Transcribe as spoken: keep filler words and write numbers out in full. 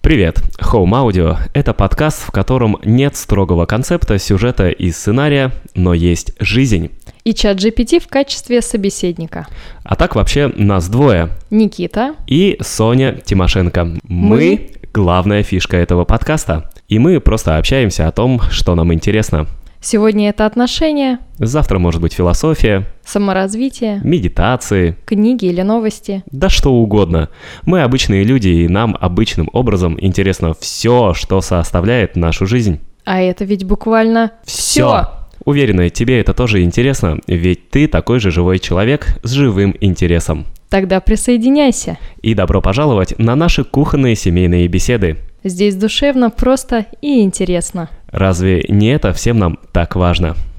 Привет! Home Audio – это подкаст, в котором нет строгого концепта, сюжета и сценария, но есть жизнь. И чат джи пи ти в качестве собеседника. А так вообще нас двое. Никита. И Соня Тимошенко. Мы, мы – главная фишка этого подкаста. И мы просто общаемся о том, что нам интересно. Сегодня это отношения. Завтра может быть философия. Саморазвитие. Медитации. Книги или новости. Да что угодно. Мы обычные люди, и нам обычным образом интересно все, что составляет нашу жизнь. А это ведь буквально все. Уверена, тебе это тоже интересно, ведь ты такой же живой человек с живым интересом. Тогда присоединяйся. И добро пожаловать на наши кухонные семейные беседы. Здесь душевно, просто и интересно. Разве не это всем нам так важно?